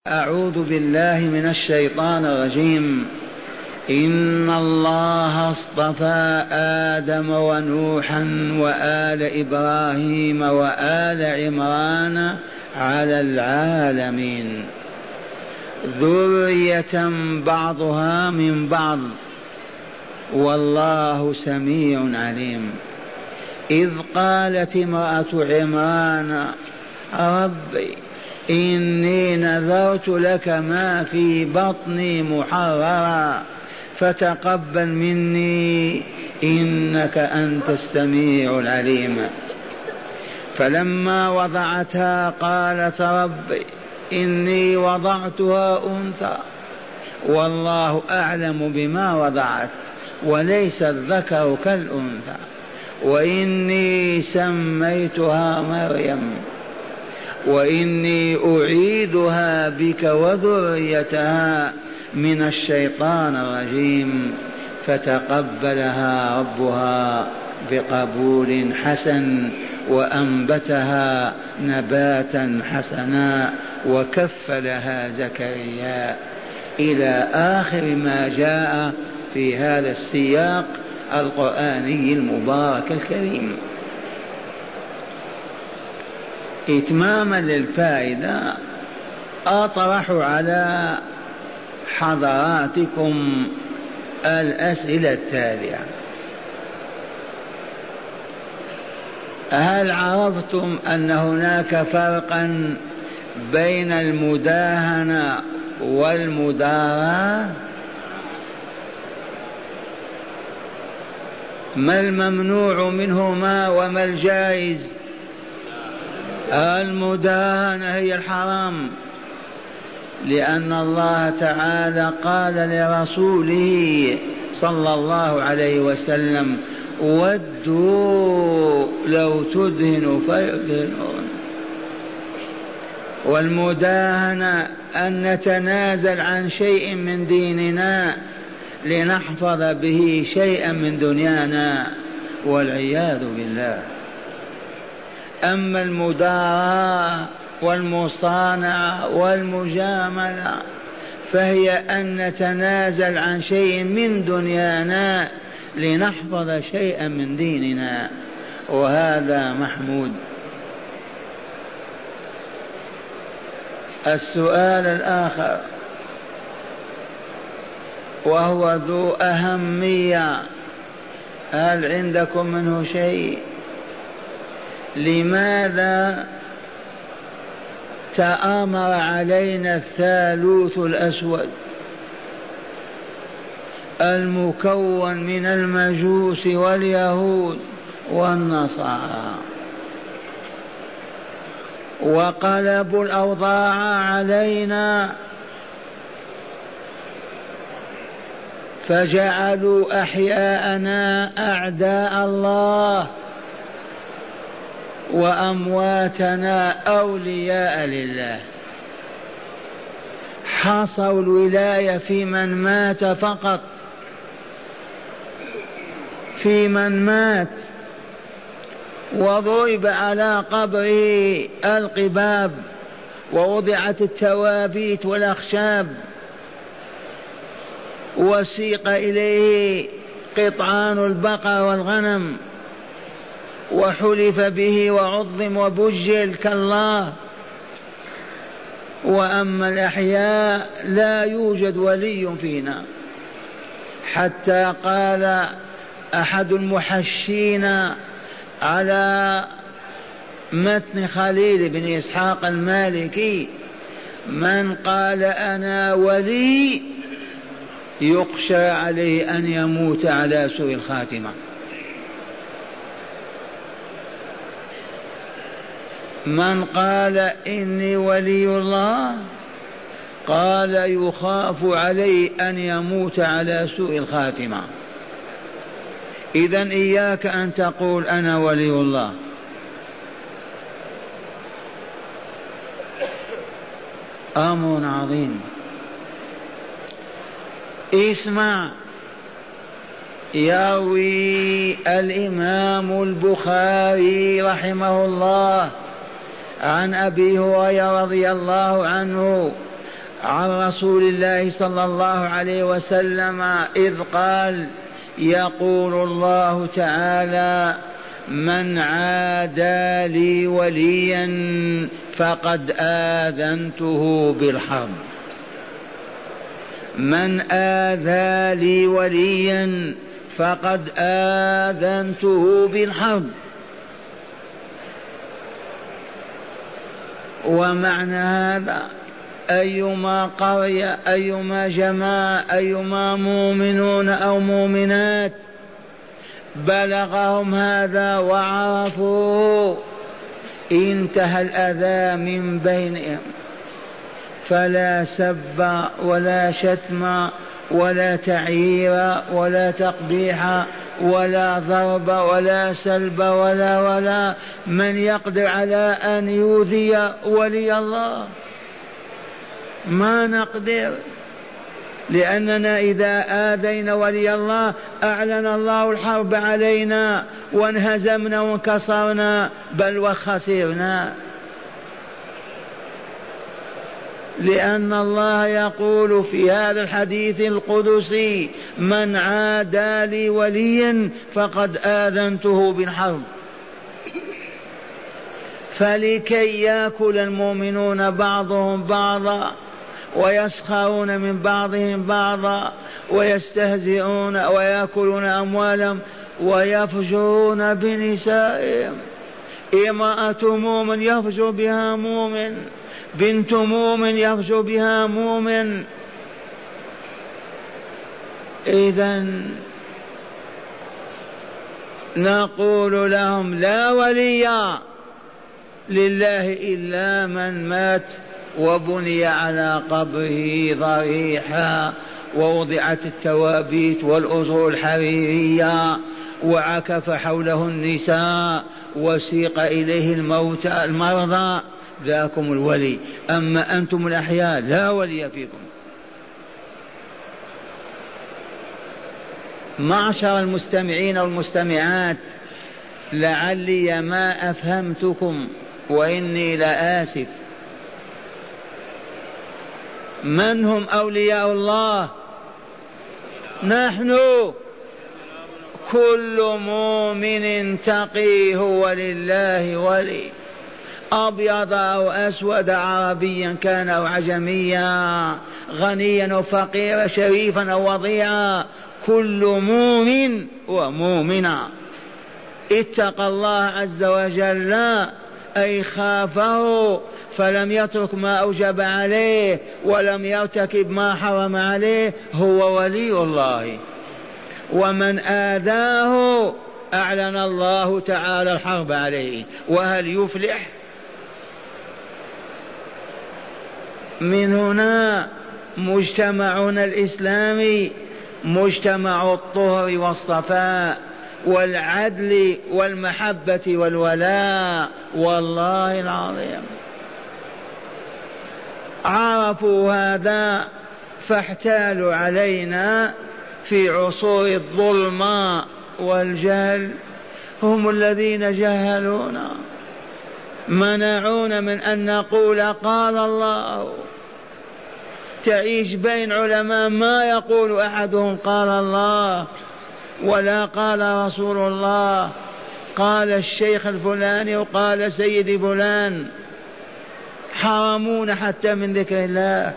أعوذ بالله من الشيطان الرجيم. إن الله اصطفى آدم ونوحا وآل إبراهيم وآل عمران على العالمين ذرية بعضها من بعض والله سميع عليم. إذ قالت امرأة عمران ربي إني نذرت لك ما في بطني محررا فتقبل مني إنك أنت السميع العليم. فلما وضعتها قالت ربي إني وضعتها أنثى والله أعلم بما وضعت وليس الذكر كالأنثى وإني سميتها مريم وإني أعيدها بك وذريتها من الشيطان الرجيم. فتقبلها ربها بقبول حسن وأنبتها نباتا حسنا وكفلها زكريا إلى آخر ما جاء في هذا السياق القرآني المبارك الكريم. إتماما للفائدة أطرح على حضراتكم الأسئلة التالية: هل عرفتم أن هناك فرقا بين المداهنة والمداراة؟ ما الممنوع منهما وما الجائز؟ المداهنة هي الحرام، لأن الله تعالى قال لرسوله صلى الله عليه وسلم: ودوا لو تدهن فيدهنون. والمداهنة أن نتنازل عن شيء من ديننا لنحفظ به شيئا من دنيانا والعياذ بالله. أما المداراة والمصانعة والمجاملة فهي أن نتنازل عن شيء من دنيانا لنحفظ شيئا من ديننا، وهذا محمود. السؤال الآخر وهو ذو أهمية، هل عندكم منه شيء؟ لماذا تآمر علينا الثالوث الأسود المكون من المجوس واليهود والنصارى وقلبوا الأوضاع علينا فجعلوا أحياءنا أعداء الله وأمواتنا أولياء لله؟ حصروا الولاية في من مات فقط، في من مات، وضرب على قبره القباب ووضعت التوابيت والأخشاب وسيق إليه قطعان البقر والغنم وحلف به وعظم وبجل كالله. وأما الأحياء لا يوجد ولي فينا، حتى قال أحد المحشين على متن خليل بن إسحاق المالكي: من قال أنا ولي يخشى عليه أن يموت على سوء الخاتمة. من قال إني ولي الله قال يخاف عليه أن يموت على سوء الخاتمة. إذن إياك أن تقول أنا ولي الله. أمر عظيم. اسمع، يروي الإمام البخاري رحمه الله عن أبي هريرة رضي الله عنه عن رسول الله صلى الله عليه وسلم إذ قال: يقول الله تعالى: من عادى لي وليا فقد آذنته بالحرب. من آذى لي وليا فقد آذنته بالحرب. ومعنى هذا أيما قرية، أيما جماعة، أيما مؤمنون أو مؤمنات بلغهم هذا وعرفوه انتهى الأذى من بينهم، فلا سب ولا شتم ولا تعيير ولا تقبيح ولا ضرب ولا سلب ولا من يقدر على أن يؤذي ولي الله؟ ما نقدر، لأننا إذا آذينا ولي الله أعلن الله الحرب علينا وانهزمنا وانكسرنا بل وخسرنا. لأن الله يقول في هذا الحديث القدسي: من عادى لي وليا فقد آذنته بالحرب. فلكي يأكل المؤمنون بعضهم بعضا ويسخرون من بعضهم بعضا ويستهزئون ويأكلون أموالهم ويفجرون بنسائهم. امرأة مؤمن يفجر بها مؤمن، بنت مؤمن يفجر بها مؤمن. إذن نقول لهم: لا ولي لله إلا من مات وبني على قبره ضريحا ووضعت التوابيت والأزر الحريرية وعكف حوله النساء وسيق إليه الموتى المرضى، ذاكم الولي. أما أنتم الأحياء لا ولي فيكم. معشر المستمعين والمستمعات، لعلي ما أفهمتكم وإني لآسف. من هم أولياء الله؟ نحن. كل مؤمن تقي هو لله ولي، أبيض أو أسود، عربيا كان أو عجميا، غنيا أو فقيرا، شريفا أو وضيعا، كل مؤمن ومؤمنة اتقى الله عز وجل أي خافه فلم يترك ما أوجب عليه ولم يرتكب ما حرم عليه هو ولي الله. ومن آذاه أعلن الله تعالى الحرب عليه، وهل يفلح؟ من هنا مجتمعنا الإسلامي مجتمع الطهر والصفاء والعدل والمحبة والولاء. والله العظيم عرفوا هذا فاحتالوا علينا في عصور الظلم والجهل. هم الذين جهلونا، منعونا من أن نقول قال الله. تعيش بين علماء ما يقول أحدهم قال الله ولا قال رسول الله، قال الشيخ الفلاني وقال سيدي فلان، حرمون حتى من ذكر الله.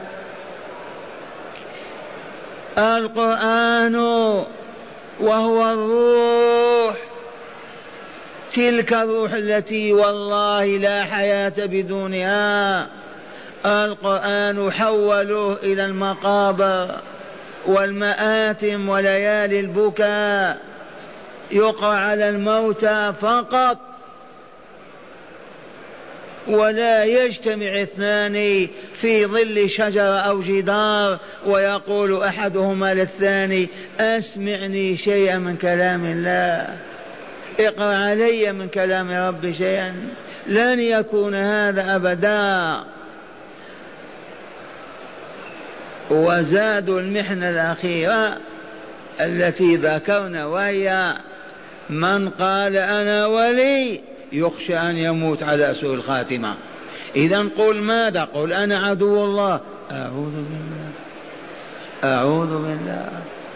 القرآن وهو الروح، تلك الروح التي والله لا حياة بدونها. القرآن حولوه إلى المقابر والمآتم وليالي البكاء، يقرأ على الموتى فقط، ولا يجتمع اثنان في ظل شجرة أو جدار ويقول أحدهما للثاني أسمعني شيئا من كلام الله، اقرأ علي من كلام ربي شيئا. لن يكون هذا أبدا. وزادوا المحنة الأخيرة التي ذكرنا، وهي من قال أنا ولي يخشى أن يموت على سوء الخاتمة. إذا قل ماذا؟ قل أنا عدو الله، أعوذ بالله أعوذ بالله.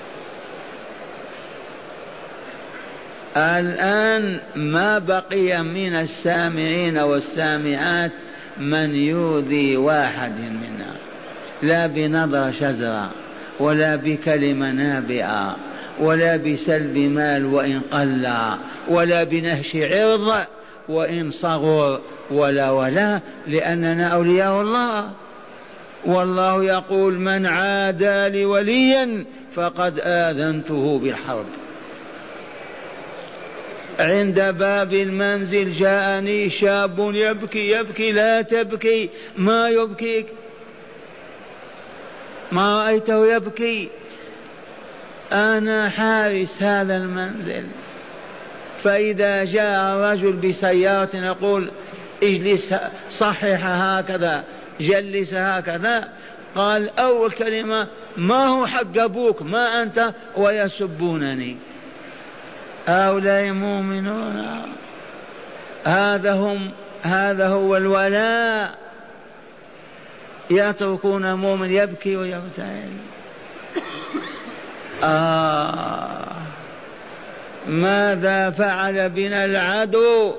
الآن ما بقي من السامعين والسامعات من يؤذي واحد منا، لا بنظرة شزرة ولا بكلمة نابئة ولا بسلب مال وإن قل ولا بنهش عرض وإن صغر ولا لأننا أولياء الله، والله يقول من عادى لي وليا فقد آذنته بالحرب. عند باب المنزل جاءني شاب يبكي لا تبكي، ما يبكيك؟ ما رأيته يبكي؟ أنا حارس هذا المنزل. فإذا جاء رجل بسيارة يقول اجلس صحح هكذا جلس هكذا، قال أول كلمة ما هو حق أبوك ما أنت، ويسبونني. هؤلاء مؤمنون، هذا هو الولاء. يتركون مؤمن يبكي ويبتهل. ماذا فعل بنا العدو؟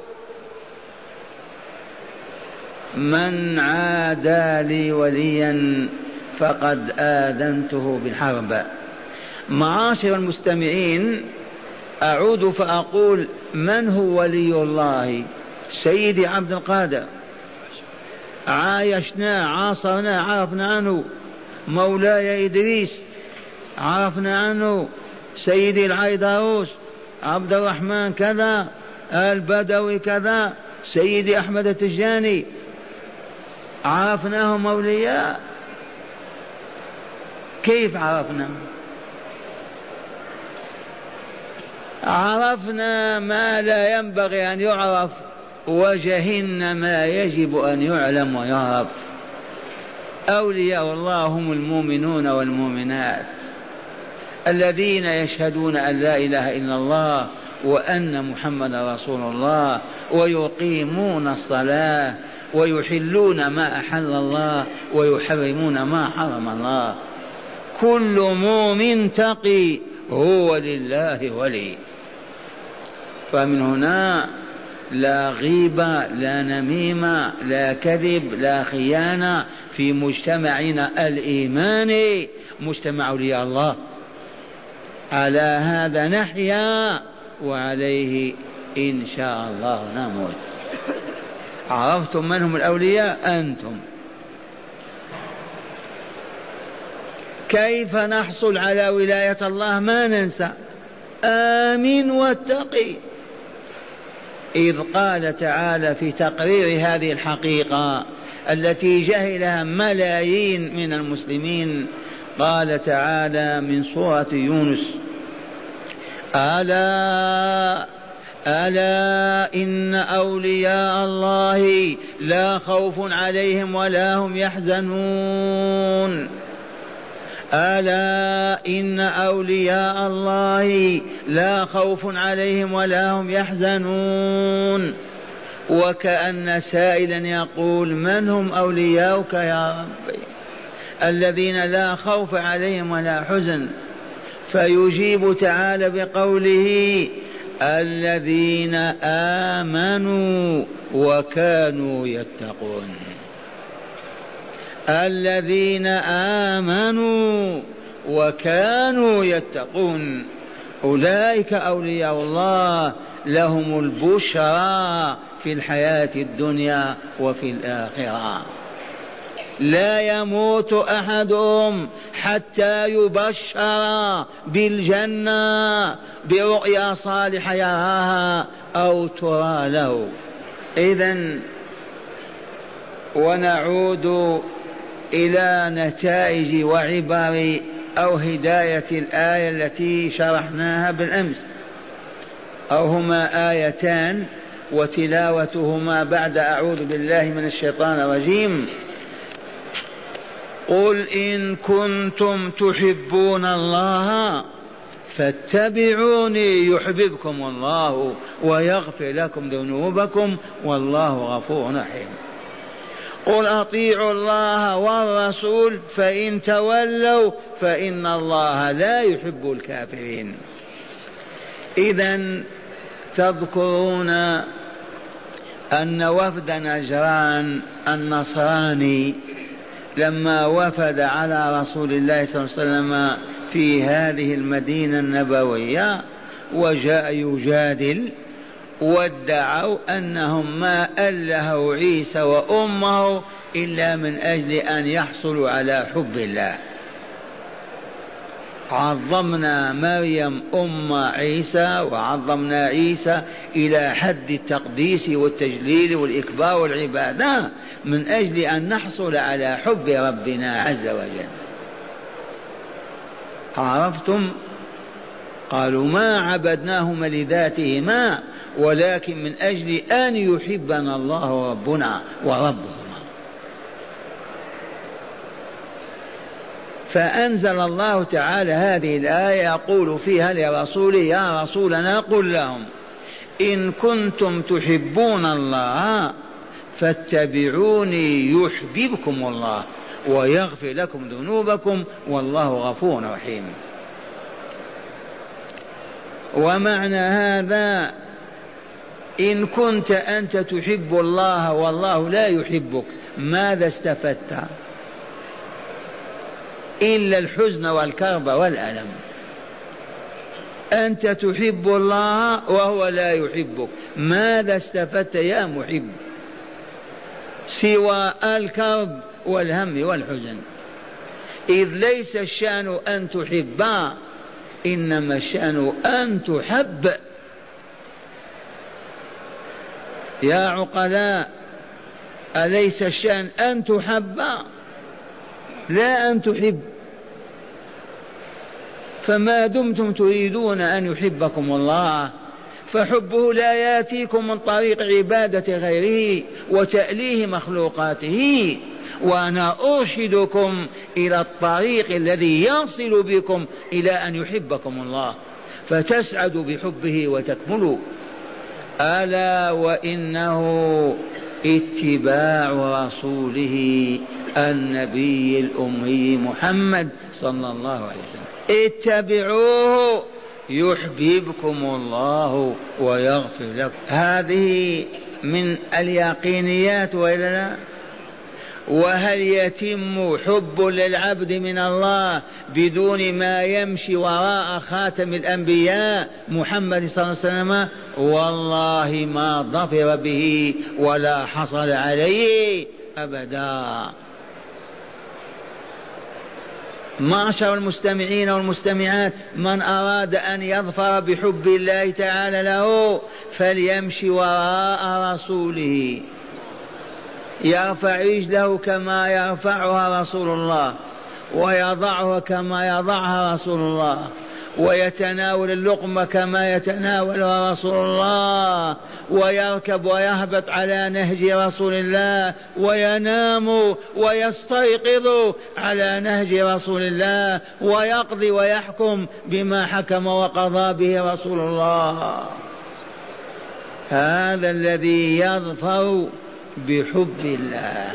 من عادى لي وليا فقد آذنته بالحرب. معاشر المستمعين، أعود فأقول من هو ولي الله؟ سيدي عبد القادر، عايشناه عاصرناه عرفنا عنه. مولاي إدريس عرفنا عنه. سيدي العيدروس، عبد الرحمن كذا، البدوي كذا، سيدي أحمد التجاني، عرفناهم أولياء. كيف عرفناهم؟ عرفنا ما لا ينبغي أن يعرف وجهلنا ما يجب أن يعلم ويعرف. أولياء الله هم المؤمنون والمؤمنات الذين يشهدون أن لا إله إلا الله وأن محمد رسول الله، ويقيمون الصلاة ويحلون ما أحل الله ويحرمون ما حرم الله. كل مؤمن تقي هو لله ولي. فمن هنا لا غيبة لا نميمة لا كذب لا خيانة في مجتمعنا الإيماني، مجتمع أولياء الله. على هذا نحيا وعليه إن شاء الله نموت. عرفتم من هم الأولياء؟ أنتم. كيف نحصل على ولاية الله؟ ما ننسى آمن واتقي. إذ قال تعالى في تقرير هذه الحقيقة التي جهلها ملايين من المسلمين، قال تعالى من سورة يونس: ألا إن أولياء الله لا خوف عليهم ولا هم يحزنون. ألا إن أولياء الله لا خوف عليهم ولا هم يحزنون. وكأن سائلا يقول من هم أولياؤك يا ربي الذين لا خوف عليهم ولا حزن؟ فيجيب تعالى بقوله: الذين آمنوا وكانوا يتقون. الذين آمنوا وكانوا يتقون أولئك أولياء الله، لهم البشرى في الحياة الدنيا وفي الآخرة. لا يموت أحدهم حتى يبشر بالجنة برؤيا صالحة يراها أو ترى له. إذن ونعود إلى نتائج وعبر أو هداية الآية التي شرحناها بالأمس، أو هما آيتان وتلاوتهما بعد أعوذ بالله من الشيطان الرجيم: قل إن كنتم تحبون الله فاتبعوني يحببكم الله ويغفر لكم ذنوبكم والله غفور رحيم. قل أطيعوا الله والرسول فإن تولوا فإن الله لا يحب الكافرين. إذن تذكرون أن وفد نجران النصراني لما وفد على رسول الله صلى الله عليه وسلم في هذه المدينة النبوية وجاء يجادل، وادعوا أنهم ما ألهوا عيسى وأمه إلا من أجل أن يحصلوا على حب الله. عظمنا مريم أم عيسى وعظمنا عيسى إلى حد التقديس والتجليل والإكبار والعبادة من أجل أن نحصل على حب ربنا عز وجل. عرفتم؟ قالوا ما عبدناهما لذاتهما ولكن من أجل أن يحبنا الله ربنا وربهما. فأنزل الله تعالى هذه الآية يقول فيها لرسوله يا رسولنا قل لهم إن كنتم تحبون الله فاتبعوني يحببكم الله ويغفر لكم ذنوبكم والله غفور رحيم. ومعنى هذا إن كنت أنت تحب الله والله لا يحبك ماذا استفدت؟ إلا الحزن والكرب والألم. أنت تحب الله وهو لا يحبك ماذا استفدت يا محب سوى الكرب والهم والحزن؟ إذ ليس الشأن أن تحب إنما الشأن أن تحب. يا عقلاء أليس الشأن أن تحب لا أن تحب؟ فما دمتم تريدون أن يحبكم الله فحبه لا يأتيكم من طريق عبادة غيره وتأليه مخلوقاته، وأنا أرشدكم إلى الطريق الذي يصل بكم إلى أن يحبكم الله فتسعدوا بحبه وتكملوا. ألا وإنه اتباع رسوله النبي الأمي محمد صلى الله عليه وسلم. اتبعوه يحببكم الله ويغفر لكم. هذه من اليقينيات وإلا لا؟ وهل يتم حب للعبد من الله بدون ما يمشي وراء خاتم الأنبياء محمد صلى الله عليه وسلم؟ والله ما ظفر به ولا حصل عليه أبدا. معشر المستمعين والمستمعات من أراد أن يظفر بحب الله تعالى له فليمشي وراء رسوله، يرفع رجله كما يرفعها رسول الله ويضعها كما يضعها رسول الله ويتناول اللقمة كما يتناولها رسول الله ويركب ويهبط على نهج رسول الله وينام ويستيقظ على نهج رسول الله ويقضي ويحكم بما حكم وقضى به رسول الله. هذا الذي يظفر بحب الله.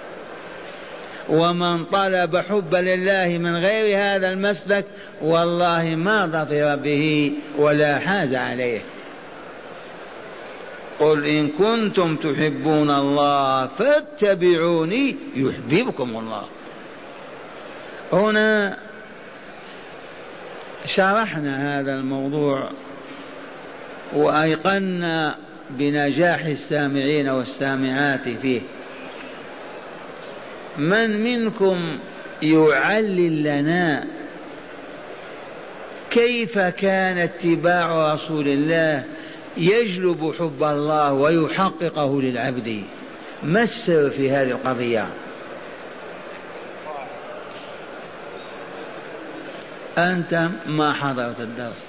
ومن طلب حب لله من غير هذا المسلك والله ما ظفر به ولا حاز عليه. قل إن كنتم تحبون الله فاتبعوني يحببكم الله. هنا شرحنا هذا الموضوع وأيقنا بنجاح السامعين والسامعات فيه. من منكم يعلل لنا كيف كان اتباع رسول الله يجلب حب الله ويحققه للعبد؟ ما السر في هذه القضية؟ أنت ما حضرت الدرس،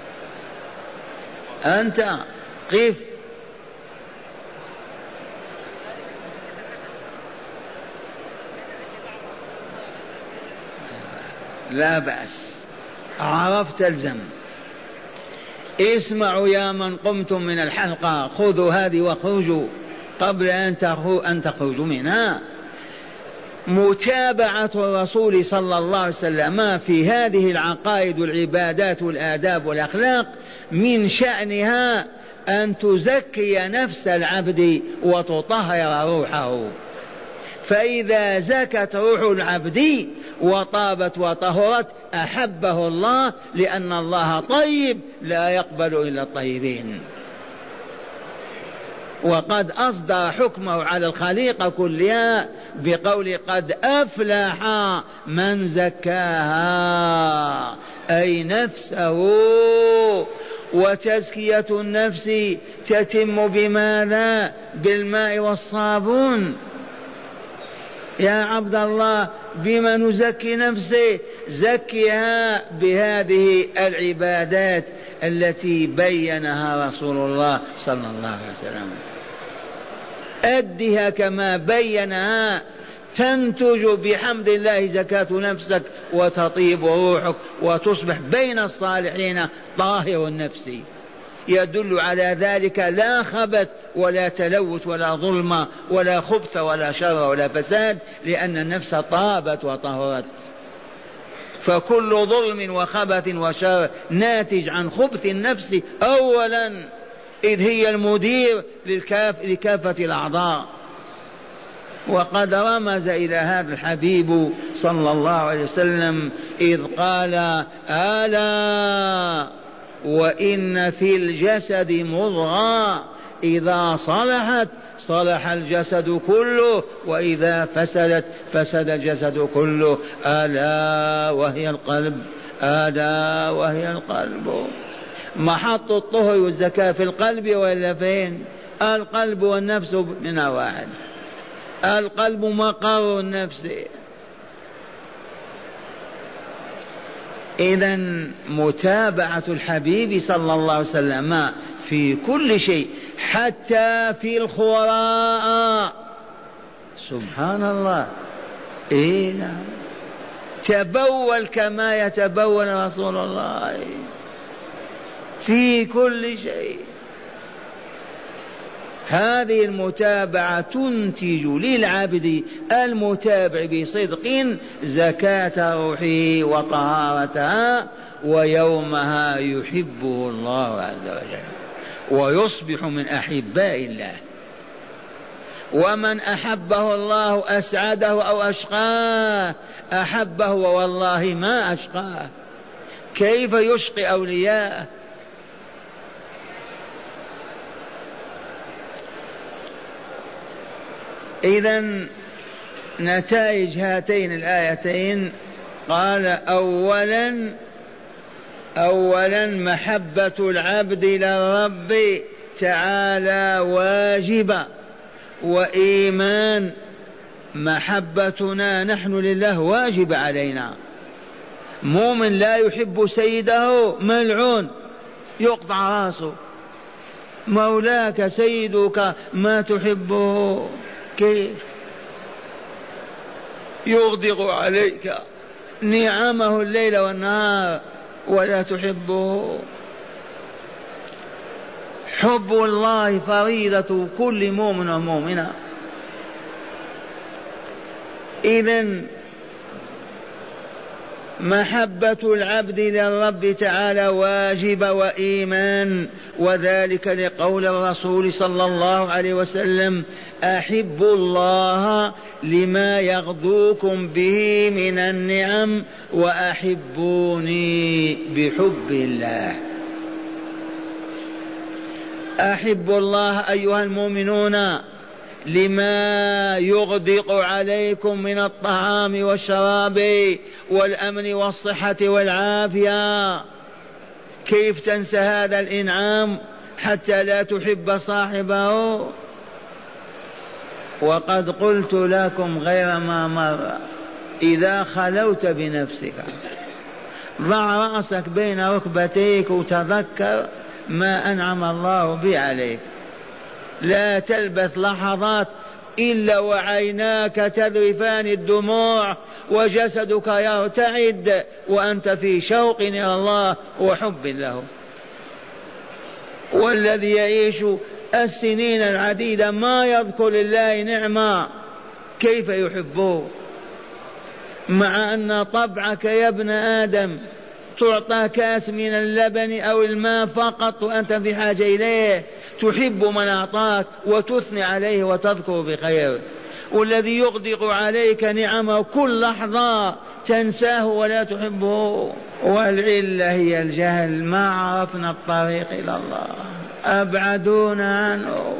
أنت قف. لا بأس، عرفت الزم. اسمعوا يا من قمتم من الحلقة، خذوا هذه واخرجوا قبل أن تخرجوا منها. متابعة الرسول صلى الله عليه وسلم في هذه العقائد والعبادات والآداب والأخلاق من شأنها أن تزكي نفس العبد وتطهر روحه. فإذا زكت روح العبد وطابت وطهرت أحبه الله، لأن الله طيب لا يقبل إلا الطيبين. وقد أصدر حكمه على الخليقة كلها بقول قد أفلح من زكاها، أي نفسه. وتزكية النفس تتم بماذا؟ بالماء والصابون. يا عبد الله بما نزكي نفسه؟ زكيها بهذه العبادات التي بينها رسول الله صلى الله عليه وسلم. أدها كما بينها تنتج بحمد الله زكاة نفسك وتطيب روحك وتصبح بين الصالحين طاهر النفس. يدل على ذلك لا خبث ولا تلوث ولا ظلم ولا خبث ولا شر ولا فساد، لأن النفس طابت وطهرت. فكل ظلم وخبث وشر ناتج عن خبث النفس أولا، إذ هي المدير لكافة الأعضاء. وقد رمز إلى هذا الحبيب صلى الله عليه وسلم إذ قال ألا وإن في الجسد مضغة إذا صلحت صلح الجسد كله وإذا فسدت فسد الجسد كله، ألا وهي القلب. ألا وهي القلب. محط الطهر والزكاة في القلب ولا فين؟ القلب والنفس من واحد. القلب مقر النفس. إذن متابعة الحبيب صلى الله عليه وسلم في كل شيء حتى في الخراء. سبحان الله. نعم. تبول كما يتبول رسول الله في كل شيء. هذه المتابعة تنتج للعبد المتابع بصدق زكاة روحه وطهارتها، ويومها يحبه الله عز وجل ويصبح من أحباء الله. ومن أحبه الله أسعده أو أشقاه؟ أحبه والله ما أشقاه. كيف يشقي أولياءه؟ إذن نتائج هاتين الآيتين قال أولا محبة العبد للرب تعالى واجبة وإيمان. محبتنا نحن لله واجب علينا. مؤمن لا يحب سيده ملعون يقطع راسه. مولاك سيدك ما تحبه كيف؟ يغدق عليك نعمه الليل والنهار ولا تحبه. حب الله فريضة كل مؤمن ومؤمنة. إذن محبة العبد للرب تعالى واجب وإيمان، وذلك لقول الرسول صلى الله عليه وسلم أحبوا الله لما يغدوكم به من النعم وأحبوني بحب الله. أحبوا الله أيها المؤمنون لما يغدق عليكم من الطعام والشراب والأمن والصحة والعافية. كيف تنسى هذا الإنعام حتى لا تحب صاحبه؟ وقد قلت لكم غير ما مر، إذا خلوت بنفسك ضع رأسك بين ركبتيك وتذكر ما أنعم الله به عليك. لا تلبث لحظات إلا وعيناك تذرفان الدموع وجسدك يرتعد وأنت في شوق إلى الله وحب له. والذي يعيش السنين العديدة ما يذكر لله نعمة كيف يحبه؟ مع أن طبعك يا ابن آدم تعطى كاس من اللبن أو الماء فقط وأنت في حاجة إليه، تحب من أعطاك وتثني عليه وتذكر بخير، والذي يغدق عليك نعمه كل لحظة تنساه ولا تحبه. والعلة هي الجهل، ما عرفنا الطريق إلى الله، أبعدونا عنه.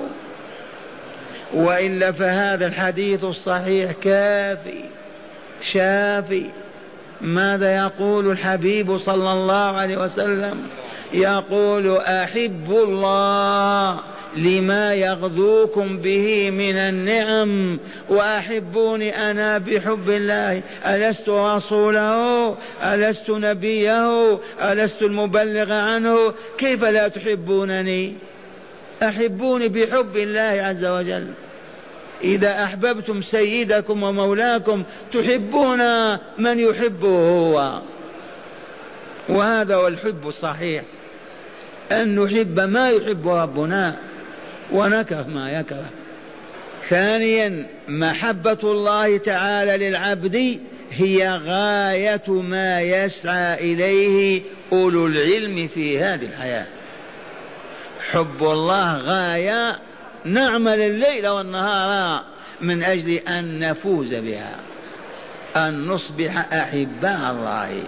وإلا فهذا الحديث الصحيح كافي شافي. ماذا يقول الحبيب صلى الله عليه وسلم؟ يقول أحبوا الله لما يغذوكم به من النعم وأحبوني أنا بحب الله. ألست رسوله؟ ألست نبيه؟ ألست المبلغ عنه؟ كيف لا تحبونني؟ أحبوني بحب الله عز وجل. إذا أحببتم سيدكم ومولاكم تحبون من يحبه هو، وهذا هو الحب الصحيح، أن نحب ما يحب ربنا ونكره ما يكره. ثانيا محبة الله تعالى للعبد هي غاية ما يسعى إليه أولو العلم في هذه الحياة. حب الله غاية نعمل الليل والنهار من أجل أن نفوز بها، أن نصبح أحباء الله،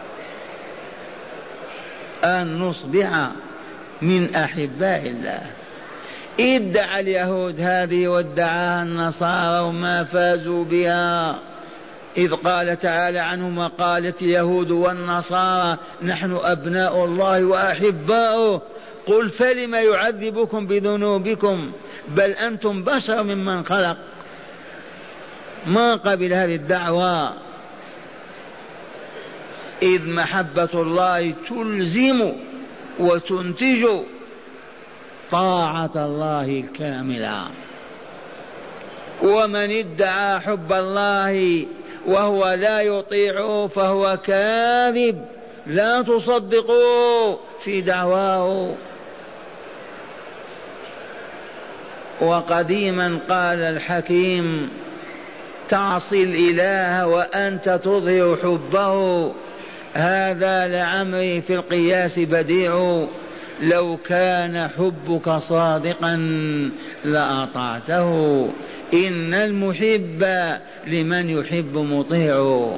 أن نصبح من أحباء الله. ادعى اليهود هذه وادعاها النصارى وما فازوا بها، إذ قال تعالى عنهم وقالت اليهود والنصارى نحن أبناء الله وأحباؤه. قل فلم يعذبكم بذنوبكم بل أنتم بشر ممن خلق. ما قبل هذه الدعوة، إذ محبة الله تلزم وتنتج طاعة الله الكاملة. ومن ادعى حب الله وهو لا يطيعه فهو كاذب، لا تصدقوا في دعواه. وقديما قال الحكيم تعصي الإله وأنت تظهر حبه، هذا لعمري في القياس بديع، لو كان حبك صادقا لأطعته، إن المحب لمن يحب مطيع.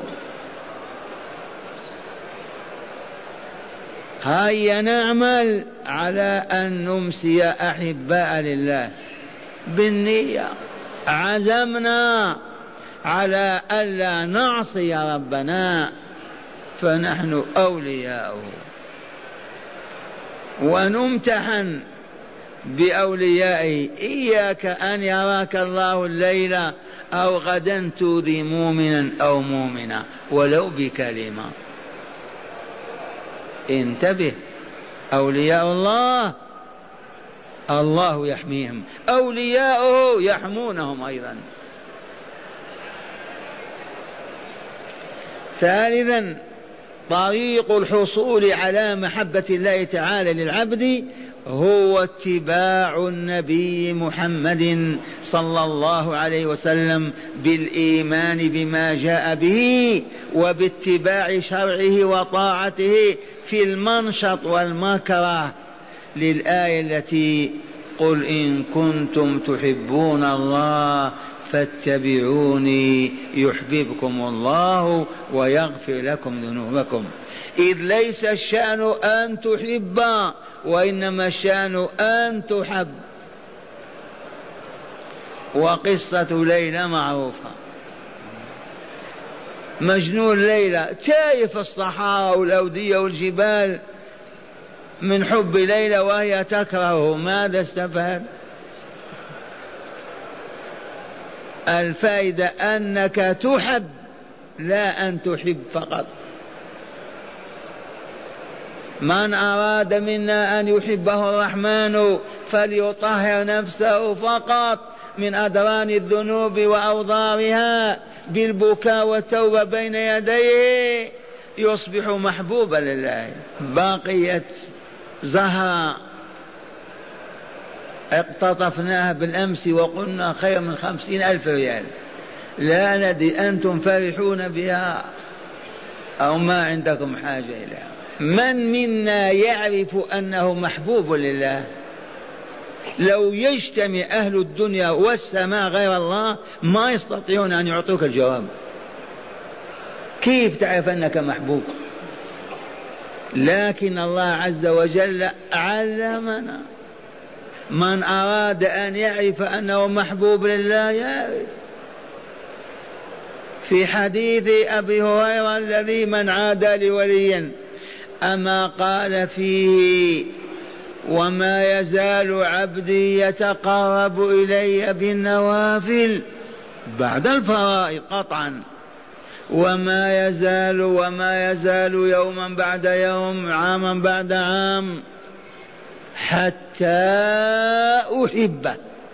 هيا نعمل على أن نمسي أحباء لله بالنية، عزمنا على ألا نعصي ربنا فنحن أولياؤه، ونمتحن بأوليائه. إياك أن يراك الله الليلة أو غدا تؤذي مؤمنا أو مؤمنة ولو بكلمة. انتبه، أولياء الله الله يحميهم، أولياؤه يحمونهم أيضا. ثالثا طريق الحصول على محبة الله تعالى للعبد هو اتباع النبي محمد صلى الله عليه وسلم بالإيمان بما جاء به وباتباع شرعه وطاعته في المنشط والمكره، للآية التي قل إن كنتم تحبون الله فاتبعوني يحببكم الله ويغفر لكم ذنوبكم. إذ ليس الشأن أن تحب وإنما الشأن أن تحب. وقصة ليلى معروفة، مجنون ليلى تايه في الصحراء والأودية والجبال من حب ليلى وهي تكرهه. ماذا استفاد؟ الفائدة أنك تحب لا أن تحب فقط. من أراد منا أن يحبه الرحمن فليطهر نفسه فقط من أدران الذنوب وأوضارها بالبكاء والتوبة بين يديه يصبح محبوبا لله. بقيت زهرة اقتطفناها بالأمس وقلنا خير من 50,000 ريال، لا ندري أنتم فرحون بها أو ما عندكم حاجة إليها. من منا يعرف أنه محبوب لله؟ لو يجتمع أهل الدنيا والسماء غير الله ما يستطيعون أن يعطوك الجواب. كيف تعرف أنك محبوب؟ لكن الله عز وجل علمنا. من أراد أن يعرف أنه محبوب لله يعرف. في حديث أبي هريرة الذي من عادى لوليا أما قال فيه وما يزال عبدي يتقرب إلي بالنوافل بعد الفرائض قطعا وما يزال يوما بعد يوم عاما بعد عام حتى أحبه.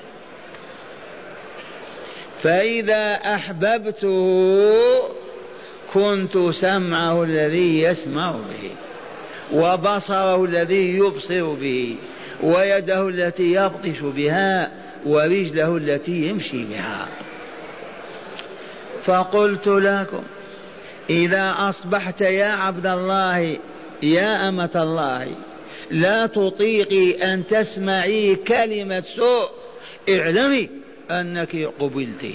فإذا أحببته كنت سمعه الذي يسمع به وبصره الذي يبصر به ويده التي يبطش بها ورجله التي يمشي بها. فقلت لكم إذا أصبحت يا عبد الله يا أمة الله لا تطيقي أن تسمعي كلمة سوء اعلمي أنك قبلت.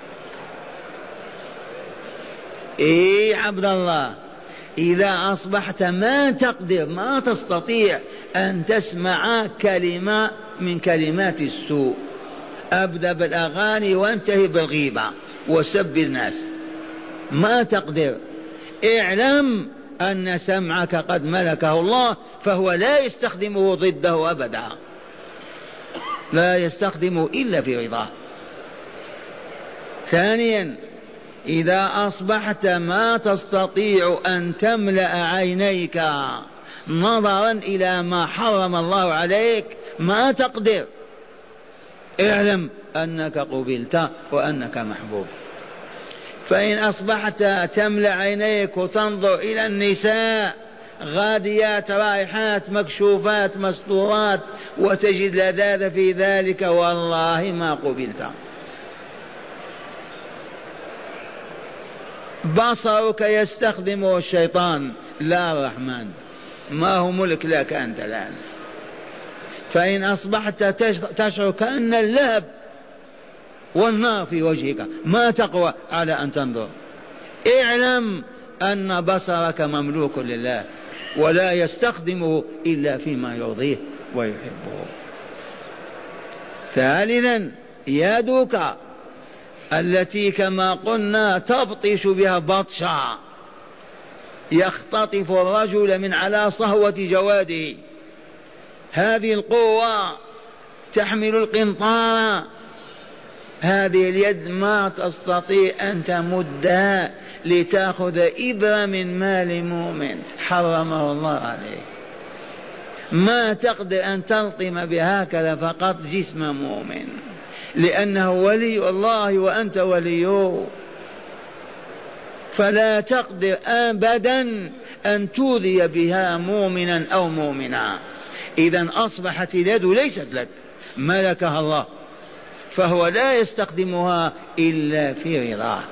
إيه عبد الله إذا أصبحت ما تقدر ما تستطيع أن تسمع كلمة من كلمات السوء، أبدأ بالأغاني وانتهي بالغيبة وسب الناس، ما تقدر، اعلم أن سمعك قد ملكه الله فهو لا يستخدمه ضده أبدا، لا يستخدمه إلا في رضاه. ثانيا إذا أصبحت ما تستطيع أن تملأ عينيك نظرا إلى ما حرم الله عليك ما تقدر، اعلم أنك قبلت وأنك محبوب. فإن أصبحت تملأ عينيك وتنظر إلى النساء غاديات رائحات مكشوفات مستورات وتجد لذاذ في ذلك والله ما قبلت. بصرك يستخدمه الشيطان لا الرحمن، ما هو ملك لك أنت الآن. فإن أصبحت تشعر كأن اللهب والنار في وجهك ما تقوى على أن تنظر، اعلم أن بصرك مملوك لله ولا يستخدمه إلا فيما يرضيه ويحبه. ثالثا يدك التي كما قلنا تبطش بها بطشا يختطف الرجل من على صهوة جواده، هذه القوة تحمل القنطار، هذه اليد ما تستطيع أن تمدها لتأخذ إبرة من مال مؤمن حرمه الله عليه، ما تقدر أن تلطم بهكذا فقط جسم مؤمن لأنه ولي الله وأنت وليه، فلا تقدر أبدا أن تؤذي بها مؤمنا أو مؤمنا. إذن أصبحت اليد ليست لك، ملكها الله فهو لا يستخدمها إلا في رضاه.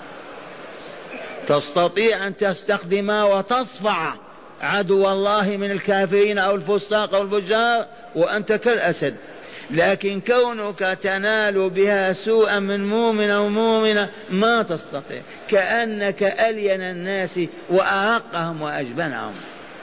تستطيع أن تستخدمها وتصفع عدو الله من الكافرين أو الفساق أو الفجار وأنت كالأسد، لكن كونك تنال بها سوءا من مؤمن أو مؤمنة ما تستطيع، كأنك ألين الناس وأرقهم وأجبنهم.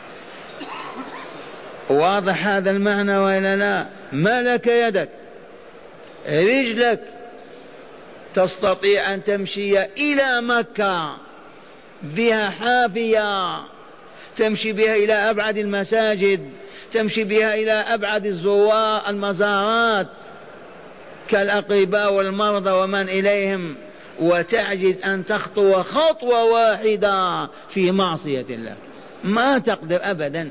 واضح هذا المعنى وإلا لا؟ ملك يدك، رجلك تستطيع أن تمشي إلى مكة بها حافية، تمشي بها إلى أبعد المساجد، تمشي بها إلى أبعد الزوار المزارات كالأقرباء والمرضى ومن إليهم، وتعجز أن تخطو خطوة واحدة في معصية الله، ما تقدر أبدا.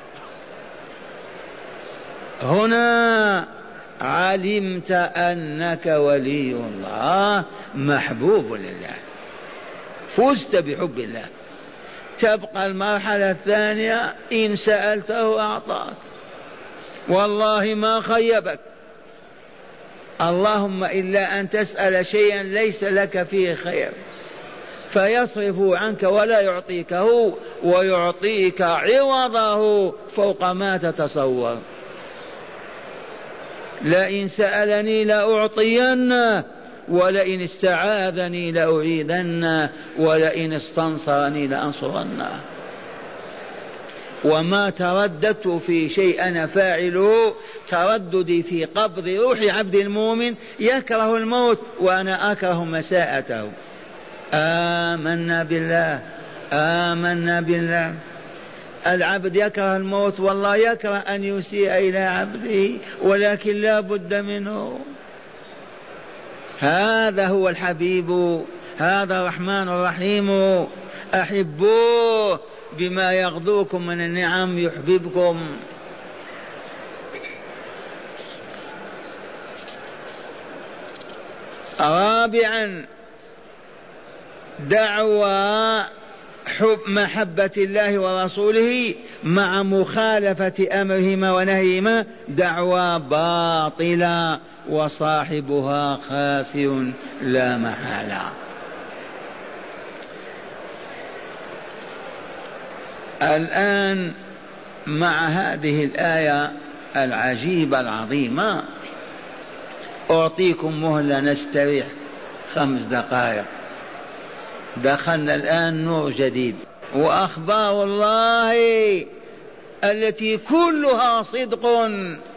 هنا علمت أنك ولي الله محبوب لله، فزت بحب الله. تبقى المرحلة الثانية إن سألته أعطاك، والله ما خيبك، اللهم إلا أن تسأل شيئا ليس لك فيه خير فيصرف عنك ولا يعطيكه ويعطيك عوضه فوق ما تتصور. لئن سألني لأعطينه ولئن استعاذني لأعيذنه ولئن استنصرني لأنصرنه. وما ترددت في شيء أنا فاعله ترددي في قبض روح عبد المؤمن يكره الموت وأنا أكره مساءته. آمنا بالله آمنا بالله. العبد يكره الموت والله يكره أن يسيء إلى عبده ولكن لا بد منه. هذا هو الحبيب هذا الرحمن الرحيم. أحبوه بما يغذوكم من النعم يحببكم. رابعا دعوى محبة الله ورسوله مع مخالفة أمرهما ونهيهما دعوى باطلة وصاحبها خاسر لا محالة. الآن مع هذه الآية العجيبة العظيمة أعطيكم مهلة نستريح 5 دقائق. دخلنا الآن نور جديد وأخبار الله التي كلها صدق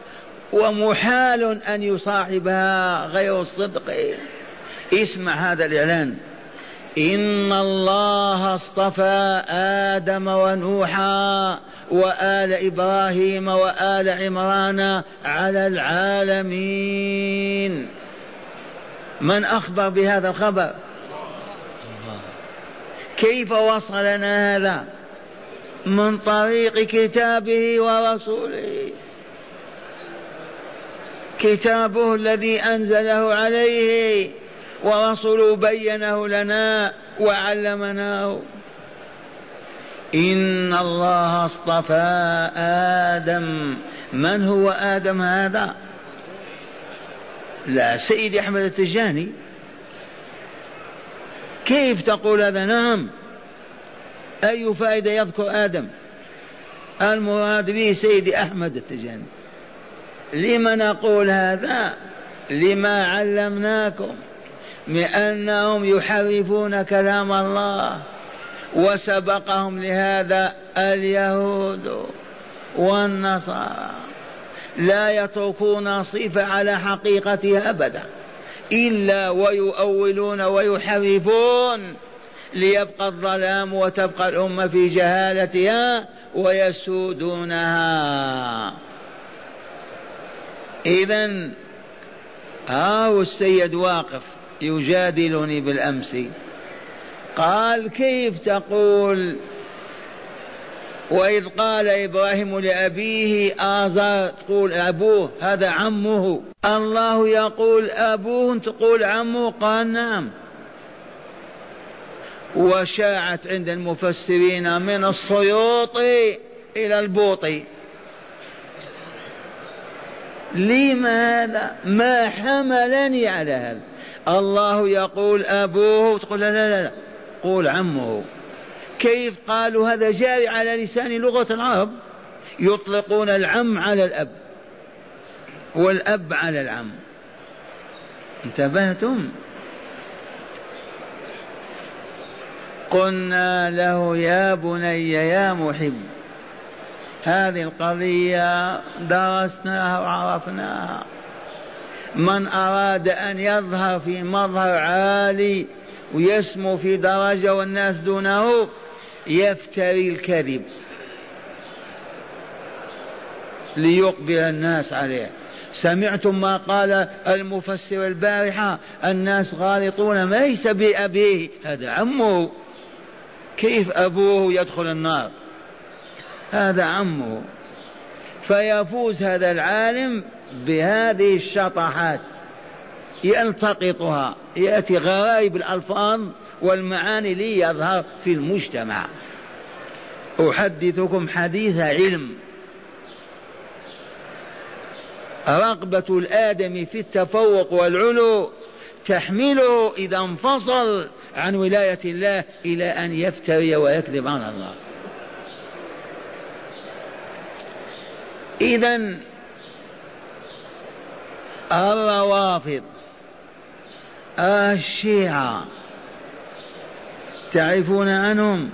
ومحال أن يصاحبها غير الصدق. اسمع هذا الإعلان: إن الله اصطفى آدم ونوحا وآل إبراهيم وآل عمران على العالمين. من أخبر بهذا الخبر؟ كيف وصلنا هذا؟ من طريق كتابه ورسوله. كتابه الذي أنزله عليه ورسوله بينه لنا وعلمناه. إن الله اصطفى آدم. من هو آدم هذا؟ لا سيد أحمد التجاني. كيف تقول هذا؟ نعم. أي فائدة يذكر آدم؟ المراد به سيد أحمد التجاني. لما نقول هذا؟ لما علمناكم بأنهم يحرفون كلام الله وسبقهم لهذا اليهود والنصارى. لا يتركون صفة على حقيقتها أبدا إلا ويؤولون ويحرفون ليبقى الظلام وتبقى الأمة في جهالتها ويسودونها. إذن السيد واقف يجادلني بالأمس قال: كيف تقول وإذ قال إبراهيم لأبيه آزر تقول أبوه؟ هذا عمه. الله يقول أبوه تقول عمه. قال: نعم. وشاعت عند المفسرين من السيوطي إلى البوطي. لماذا؟ ما حملني على هذا؟ الله يقول أبوه تقول لا لا لا قول عمه. كيف قالوا هذا؟ جاري على لسان لغة العرب، يطلقون العم على الأب والأب على العم. انتبهتم؟ قلنا له يا بني يا محب، هذه القضية درسناها وعرفناها. من أراد أن يظهر في مظهر عالي ويسمو في درجة والناس دونه يفتري الكذب ليقبل الناس عليه. سمعتم ما قال المفسر البارحة؟ الناس غالطون، ليس بأبيه، هذا عمه. كيف أبوه يدخل النار؟ هذا عمه. فيفوز هذا العالم بهذه الشطحات يلتقطها، يأتي غرائب الألفاظ والمعاني ليظهر في المجتمع. أحدثكم حديث علم. رغبة الآدم في التفوق والعلو تحمله إذا انفصل عن ولاية الله إلى أن يفتري ويكذب على الله. إذن الروافض الشيعة تعرفون عنهم؟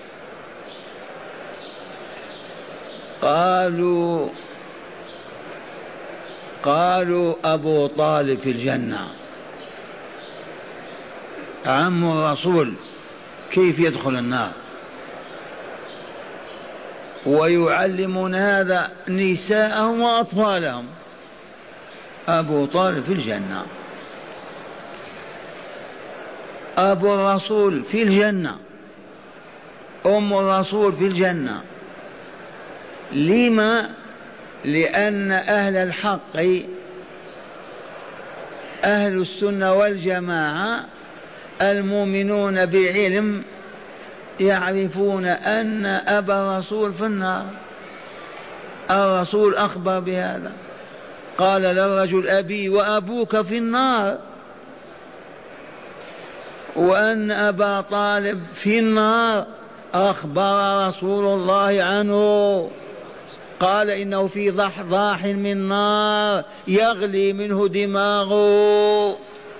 قالوا أبو طالب في الجنة، عم الرسول كيف يدخل النار؟ ويعلمون هذا نساءهم وأطفالهم. أبو طالب في الجنة، أبو الرسول في الجنة، أم الرسول في الجنة. لما؟ لأن أهل الحق أهل السنة والجماعة المؤمنون بعلم يعرفون أن أبا الرسول في النار. الرسول أخبر بهذا، قال للرجل أبي وأبوك في النار، وأن أبا طالب في النار أخبر رسول الله عنه، قال إنه في ضحضاح من نار يغلي منه دماغه،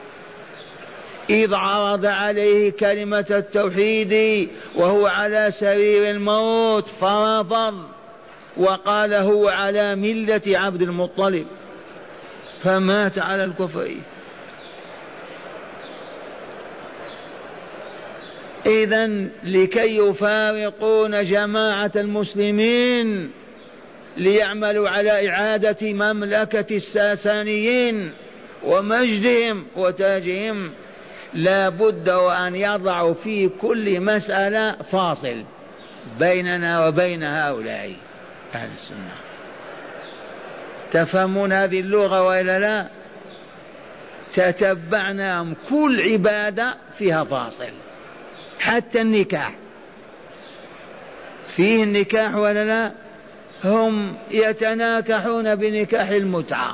إذ عرض عليه كلمة التوحيد وهو على سرير الموت فرفض وقال هو على ملة عبد المطلب، فمات على الكفر. إذن لكي يفارقون جماعة المسلمين ليعملوا على إعادة مملكة الساسانيين ومجدهم وتاجهم، لا بد وأن يضعوا في كل مسألة فاصل بيننا وبين هؤلاء أهل السنة. تفهمون هذه اللغة وإلا لا؟ تتبعناهم كل عبادة فيها فاصل، حتى النكاح فيه النكاح ولا لا؟ هم يتناكحون بنكاح المتعة.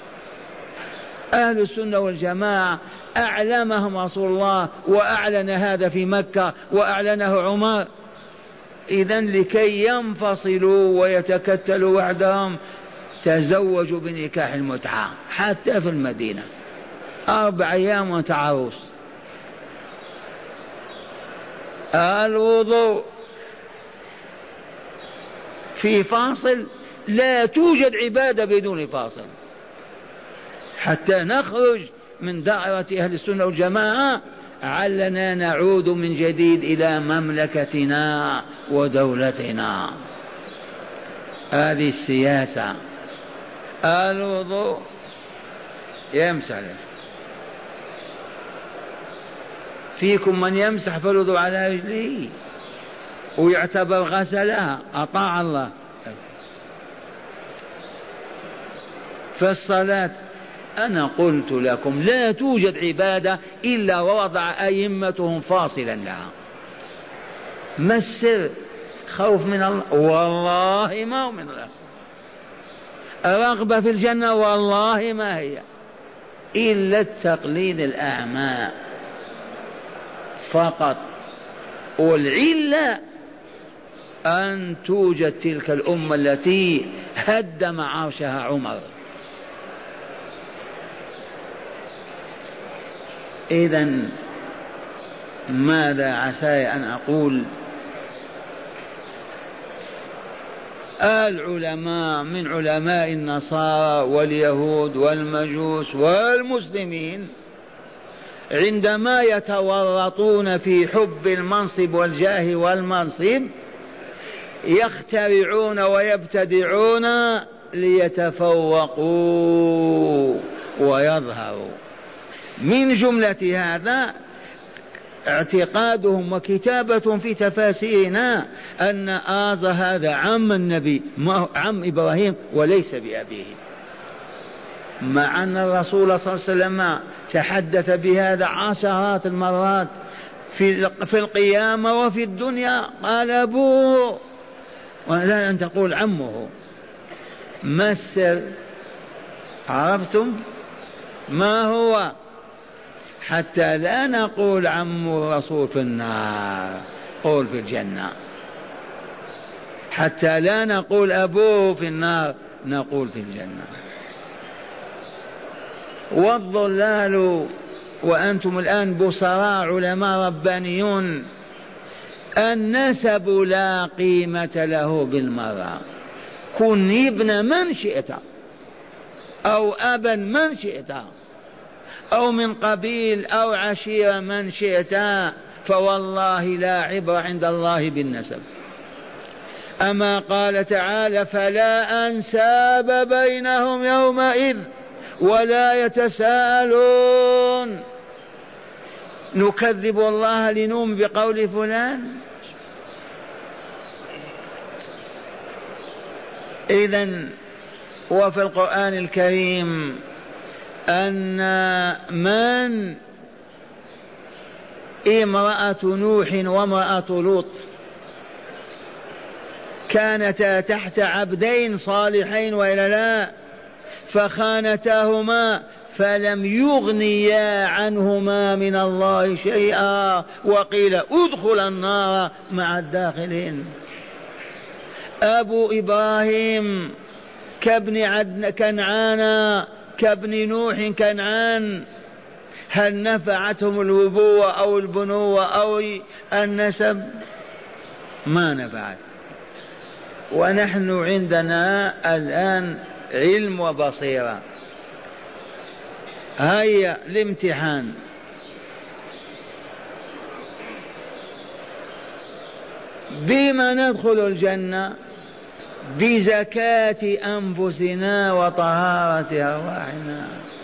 أهل السنة والجماعة أعلمهم رسول الله وأعلن هذا في مكة وأعلنه عمر. إذن لكي ينفصلوا ويتكتلوا وحدهم تزوجوا بنكاح المتعة حتى في المدينة 4 أيام وانت عروس. الوضوء في فاصل، لا توجد عبادة بدون فاصل حتى نخرج من دائرة أهل السنة والجماعة، علنا نعود من جديد إلى مملكتنا ودولتنا. هذه السياسة. الوضوء يمسح، فيكم من يمسح في الوضوء على رجله ويعتبر غسلها، أطاع الله. في الصلاة أنا قلت لكم لا توجد عبادة إلا ووضع أئمتهم فاصلا لها. ما السر؟ خوف من الله؟ والله ما هو من الله. رغبة في الجنة؟ والله ما هي إلا التقليد الأعمى فقط. والعلة أن توجد تلك الأمة التي هدم عرشها عمر. إذن ماذا عساي أن أقول؟ العلماء من علماء النصارى واليهود والمجوس والمسلمين عندما يتورطون في حب المنصب والجاه والمنصب يخترعون ويبتدعون ليتفوقوا ويظهروا. من جملة هذا اعتقادهم وكتابتهم في تفاسيرنا أن آزر هذا عم النبي، عم إبراهيم وليس بأبيه، مع أن الرسول صلى الله عليه وسلم تحدث بهذا عشرات المرات في القيامة وفي الدنيا، قال أبوه ولا أن تقول عمه. ما السر؟ عرفتم ما هو؟ حتى لا نقول عم الرسول في النار، قول في الجنة. حتى لا نقول أبوه في النار، نقول في الجنة. والضلال، وأنتم الآن بصراء علماء ربانيون، النسب لا قيمة له بالمرة. كن ابن من شئت أو أبا من شئت أو من قبيل أو عشيرة من شئت، فوالله لا عبرة عند الله بالنسب. أما قال تعالى فلا أنساب بينهم يومئذ ولا يتساءلون. نكذب الله لنؤمن بقول فلان؟ إذن وفي القرآن الكريم أن من امرأة نوح وامرأة لوط كانتا تحت عبدين صالحين وإلا لا، فخانتاهما فلم يغنيا عنهما من الله شيئا، وقيل ادخل النار مع الداخلين. أبو إبراهيم كابن كنعان كابن نوح كنعان، هل نفعتهم الأبوة أو البنوة أو النسب؟ ما نفعت. ونحن عندنا الآن علم وبصيرة. هيا الامتحان، بما ندخل الجنة؟ بزكاة أنفسنا وطهارة أرواحنا.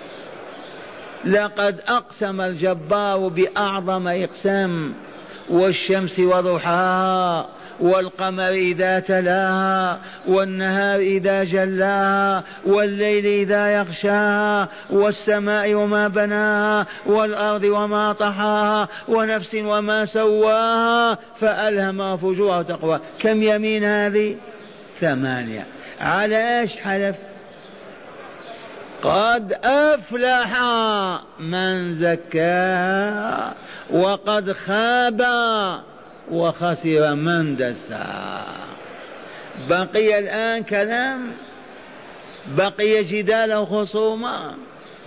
لقد أقسم الجبار بأعظم إقسام: والشمس وضحاها والقمر إذا تلاها والنهار إذا جلاها والليل إذا يغشاها والسماء وما بناها والأرض وما طحاها ونفس وما سواها فألهمها فجورها وتقواها. كم يمين هذه؟ 8. على ايش حلف؟ قد أفلح من زكاها وقد خاب وخسر من دساها. بقي الآن كلام، بقي جدال وخصومة.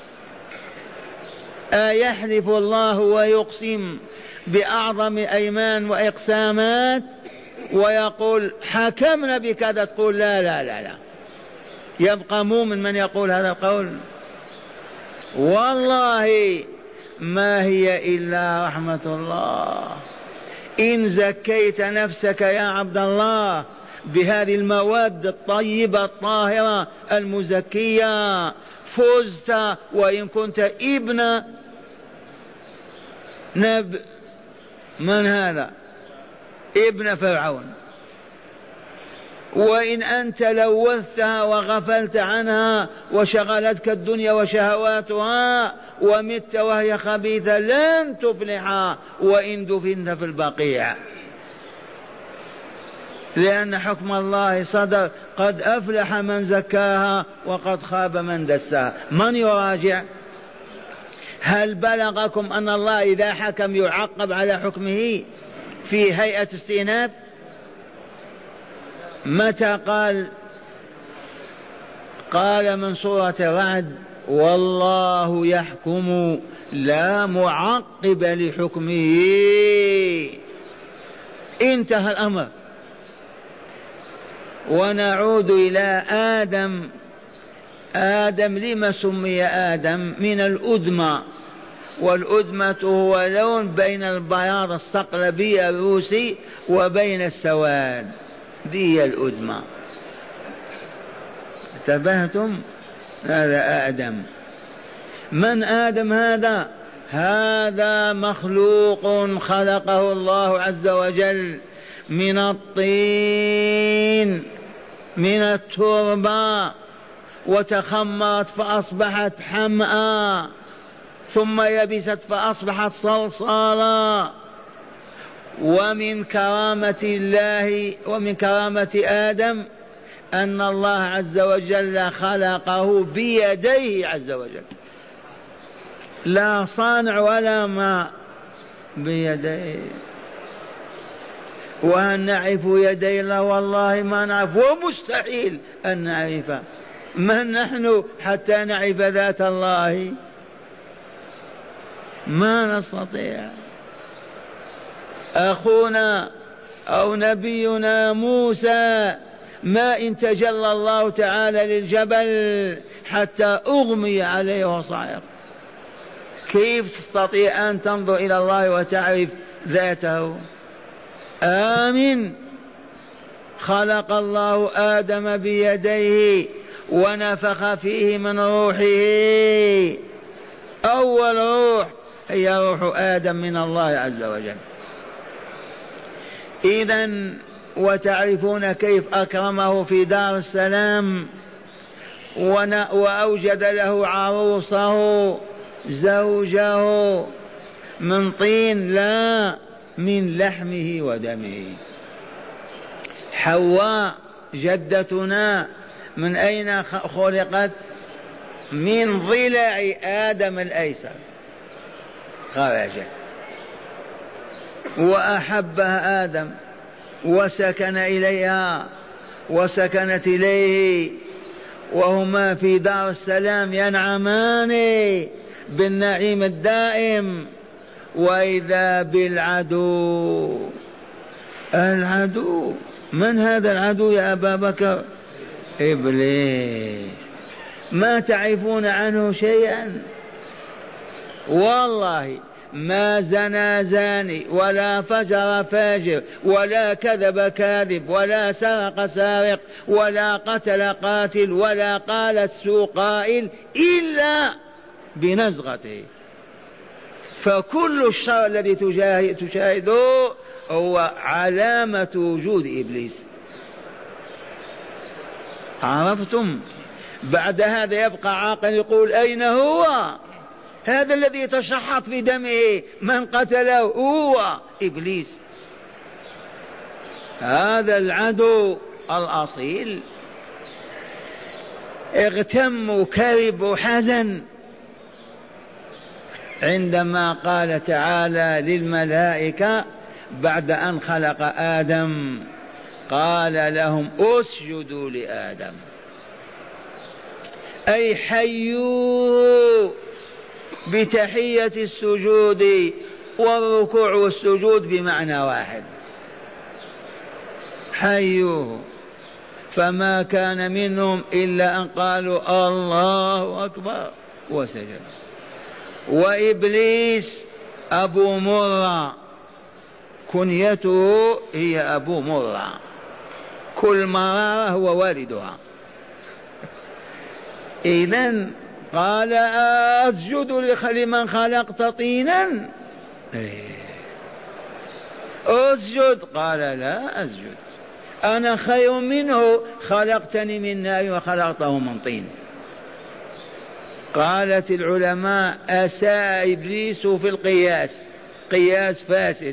أيحلف الله ويقسم بأعظم أيمان وإقسامات ويقول حكمنا بكذا، تقول لا لا لا لا، يبقى مؤمن من يقول هذا القول؟ والله ما هي إلا رحمة الله. إن زكيت نفسك يا عبد الله بهذه المواد الطيبة الطاهرة المزكية فزت، وإن كنت ابن من هذا؟ ابن فرعون. وإن أنت لوثتها وغفلت عنها وشغلتك الدنيا وشهواتها ومت وهي خبيثة لن تفلح وإن دفنت في البقيع، لأن حكم الله صدر: قد أفلح من زكاها وقد خاب من دساها. من يراجع؟ هل بلغكم أن الله إذا حكم يعقب على حكمه في هيئة استئناف؟ متى قال من سورة الرعد: والله يحكم لا معقب لحكمه. انتهى الأمر. ونعود إلى آدم لما سمي آدم؟ من الأدمى، والأدمة هو لون بين البياض الصقلبي الروسي وبين السواد، دي الأدمى. انتبهتم؟ هذا آدم. من آدم هذا؟ هذا مخلوق خلقه الله عز وجل من الطين، من التربة، وتخمرت فأصبحت حمأة، ثم يبست فأصبحت صلصالا. ومن كرامة الله ومن كرامة آدم أن الله عز وجل خلقه بيديه عز وجل، لا صانع ولا ما، بيديه. وأن نعرف يدي الله والله ما نعرف، ومستحيل أن نعرفه. من نحن حتى نعرف ذات الله؟ ما نستطيع. أخونا أو نبينا موسى ما إن تجلى الله تعالى للجبل حتى أغمي عليه وصعق، كيف تستطيع أن تنظر إلى الله وتعرف ذاته؟ آمن. خلق الله آدم بيديه ونفخ فيه من روحه، أول روح هي روح آدم من الله عز وجل. إذن وتعرفون كيف أكرمه في دار السلام وأوجد له عروسه زوجه من طين لا من لحمه ودمه. حواء جدتنا من أين خلقت؟ من ضلع آدم الأيسر خرجت، وأحبها آدم وسكن إليها وسكنت إليه، وهما في دار السلام ينعمان بالنعيم الدائم. وإذا بالعدو، العدو من هذا العدو يا أبا بكر؟ إبليس. ما تعرفون عنه شيئا والله. ما زنى زاني ولا فجر فاجر ولا كذب كاذب ولا سرق سارق ولا قتل قاتل ولا قال السوء قائل إلا بنزغته. فكل الشر الذي تشاهده هو علامة وجود إبليس. عرفتم؟ بعد هذا يبقى عاقل يقول أين هو هذا الذي يتشحط في دمه؟ من قتله؟ هو إبليس. هذا العدو الأصيل. اغتم وكرب وحزن عندما قال تعالى للملائكة بعد أن خلق آدم، قال لهم اسجدوا لآدم، أي حيوه بتحية السجود، والركوع والسجود بمعنى واحد، حيوه. فما كان منهم إلا أن قالوا الله أكبر وسجد. وإبليس أبو مرة، كنيته هي أبو مرة، كل مرارة هو والدها. إذن قال أسجد لمن خلقت طينا؟ أسجد. قال لا أسجد، أنا خير منه، خلقتني من نار وخلقته من طين. قالت العلماء أساء إبليس في القياس، قياس فاسد.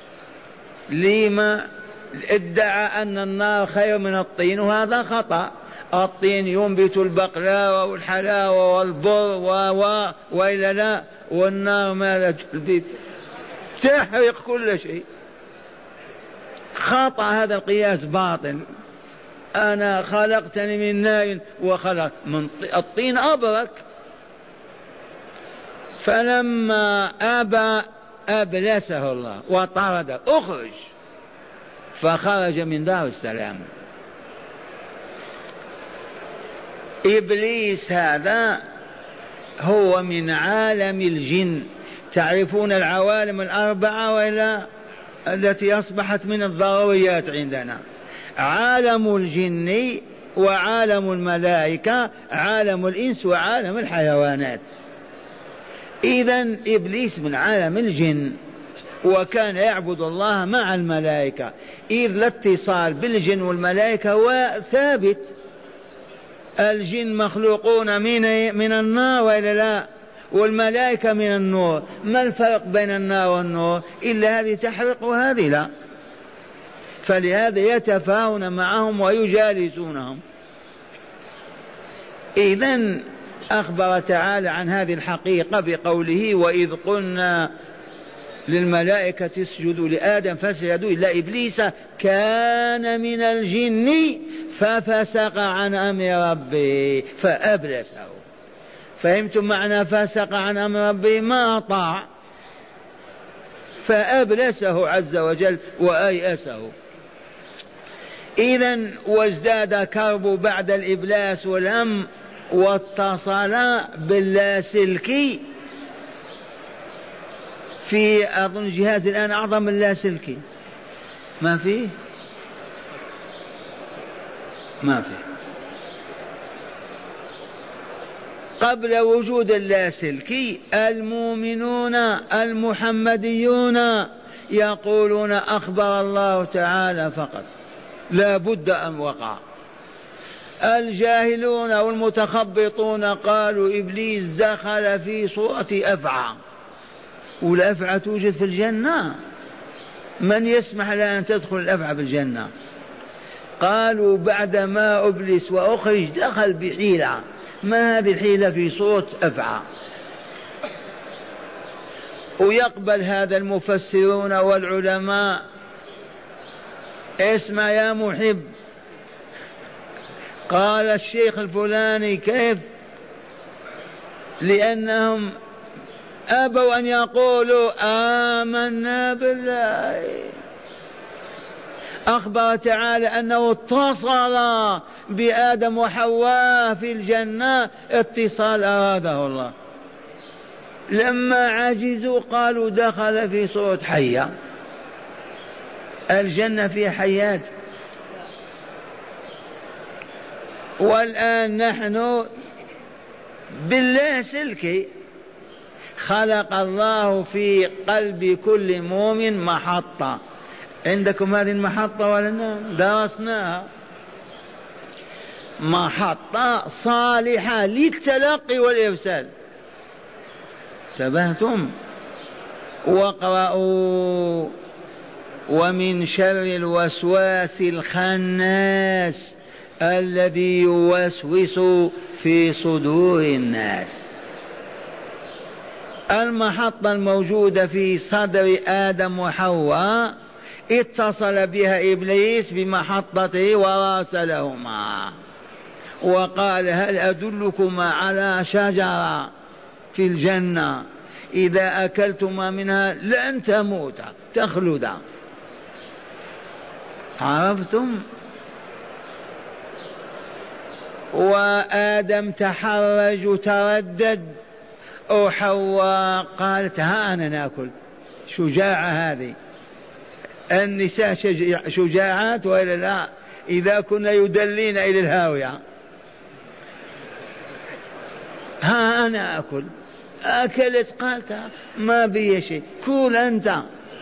لما؟ ادعى أن النار خير من الطين، وهذا خطأ. الطين ينبت البقلاوة والحلاوة والبر وإلا لا، والنار ماذا تنبت؟ تحرق كل شيء. خطأ، هذا القياس باطل. أنا خلقتني من نار وخلق من الطين أبرك. فلما أبى أبلسه الله وطرد، أخرج، فخرج من دار السلام. إبليس هذا هو من عالم الجن. تعرفون العوالم الأربعة وإلا التي أصبحت من الضروريات عندنا؟ عالم الجن وعالم الملائكة، عالم الإنس وعالم الحيوانات. إذن إبليس من عالم الجن، وكان يعبد الله مع الملائكة، إذ الاتصال بالجن والملائكة هو ثابت. الجن مخلوقون من النار وإلا لا، والملائكة من النور. ما الفرق بين النار والنور؟ إلا هذه تحرق وهذه لا. فلهذا يتفاهون معهم ويجالسونهم. إذن أخبر تعالى عن هذه الحقيقة بقوله وإذ قلنا للملائكة اسجدوا لآدم فسجدوا إلا إبليس كان من الجن ففسق عن أمر ربه فأبلسه. فهمتم معنى فسق عن أمر ربه؟ ما أطاع فأبلسه عز وجل وأيأسه. إذن وازداد كرب بعد الإبلاس والهم واتصل باللاسلكي في أظن جهاز الآن أعظم من اللاسلكي ما فيه قبل وجود اللاسلكي المؤمنون المحمديون يقولون أخبر الله تعالى فقط لا بد أن وقع. الجاهلون والمتخبطون قالوا إبليس دخل في صورة أفعى، والأفعى توجد في الجنة، من يسمح لها أن تدخل الأفعى في الجنة؟ قالوا بعدما أبلس وأخرج دخل بحيلة، ما هذه الحيلة؟ في صورة أفعى. ويقبل هذا المفسرون والعلماء. اسمع يا محب، قال الشيخ الفلاني كيف؟ لأنهم أبوا أن يقولوا آمنا بالله. أخبر تعالى أنه اتصل بآدم وحواء في الجنة اتصال أراده الله. لما عجزوا قالوا دخل في صورة حية، الجنة فيها حيات. والآن نحن باللاسلكي خلق الله في قلب كل مؤمن محطة. عندكم هذه المحطة ولا درسناها؟ محطة صالحة للتلقي والإرسال. انتبهتم؟ واقرأوا ومن شر الوسواس الخناس الذي يوسوس في صدور الناس. المحطة الموجودة في صدر آدم وحواء اتصل بها إبليس بمحطته وراسلهما وقال هل أدلكما على شجرة في الجنة إذا أكلتما منها لن تموتا تخلدا؟ عرفتم؟ وآدم تحرج تردد، وحواء قالت ها أنا نأكل. شجاعة هذه. النساء شجاعات وإلا لا؟ إذا كنا يدلين إلى الهاوية. ها أنا أكل. أكلت قالت ما بي شيء، كل أنت.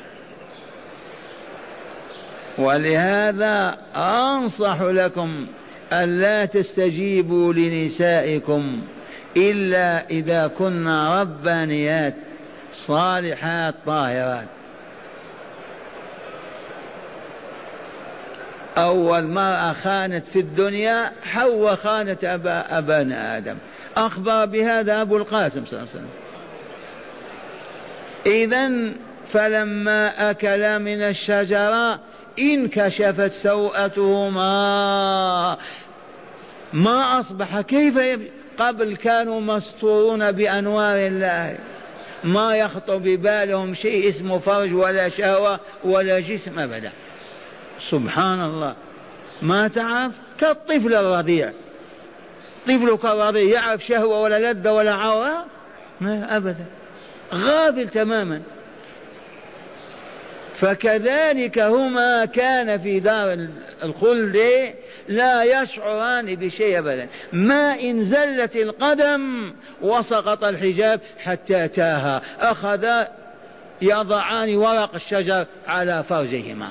ولهذا أنصح لكم ألا تستجيبوا لنسائكم إلا إذا كنا ربانيات صالحات طاهرات. أول مرأة خانت في الدنيا حواء، خانت أبانا آدم. أخبر بهذا أبو القاسم صلى الله عليه وسلم. إذن فلما أكلا من الشجرة انكشفت سوءتهما، ما أصبح كيف قبل كانوا مستورون بأنوار الله، ما يخطر ببالهم شيء اسمه فرج ولا شهوة ولا جسم أبدا. سبحان الله، ما تعرف كالطفل الرضيع. طفلك الرضيع يعرف شهوة ولا لذة ولا عورة؟ ما أبدا، غافل تماما. فكذلك هما كان في دار الخلد لا يشعران بشيء أبدا، ما إن زلت القدم وسقط الحجاب حتى تاها أخذ يضعان ورق الشجر على فرجهما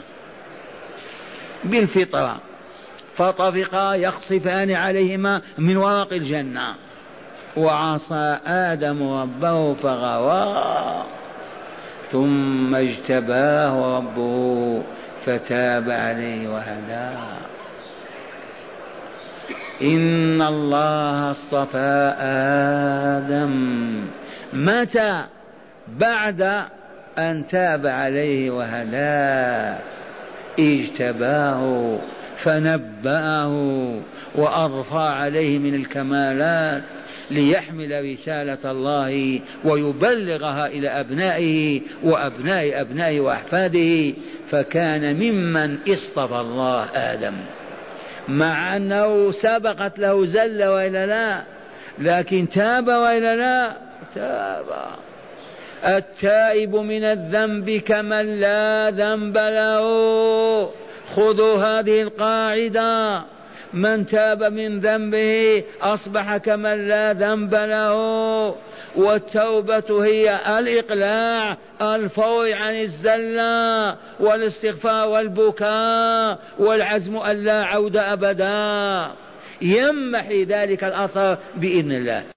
بالفطرة، فطفقا يقصفان عليهما من ورق الجنة. وعصى آدم ربه فغوى. ثم اجتباه ربه فتاب عليه وهداه. إن الله اصطفى آدم متى؟ بعد أن تاب عليه وهداه، اجتباه فنبأه وأضفى عليه من الكمالات ليحمل رسالة الله ويبلغها إلى أبنائه وأبناء أبنائه وأحفاده، فكان ممن اصطفى الله آدم، مع أنه سبقت له زلة وإلا لا، لكن تاب وإلا لا؟ تاب. التائب من الذنب كمن لا ذنب له. خذوا هذه القاعدة، من تاب من ذنبه أصبح كمن لا ذنب له. والتوبة هي الإقلاع الفور عن الزلة والاستغفار والبكاء والعزم أن لا عود أبدا، يمحي ذلك الأثر بإذن الله.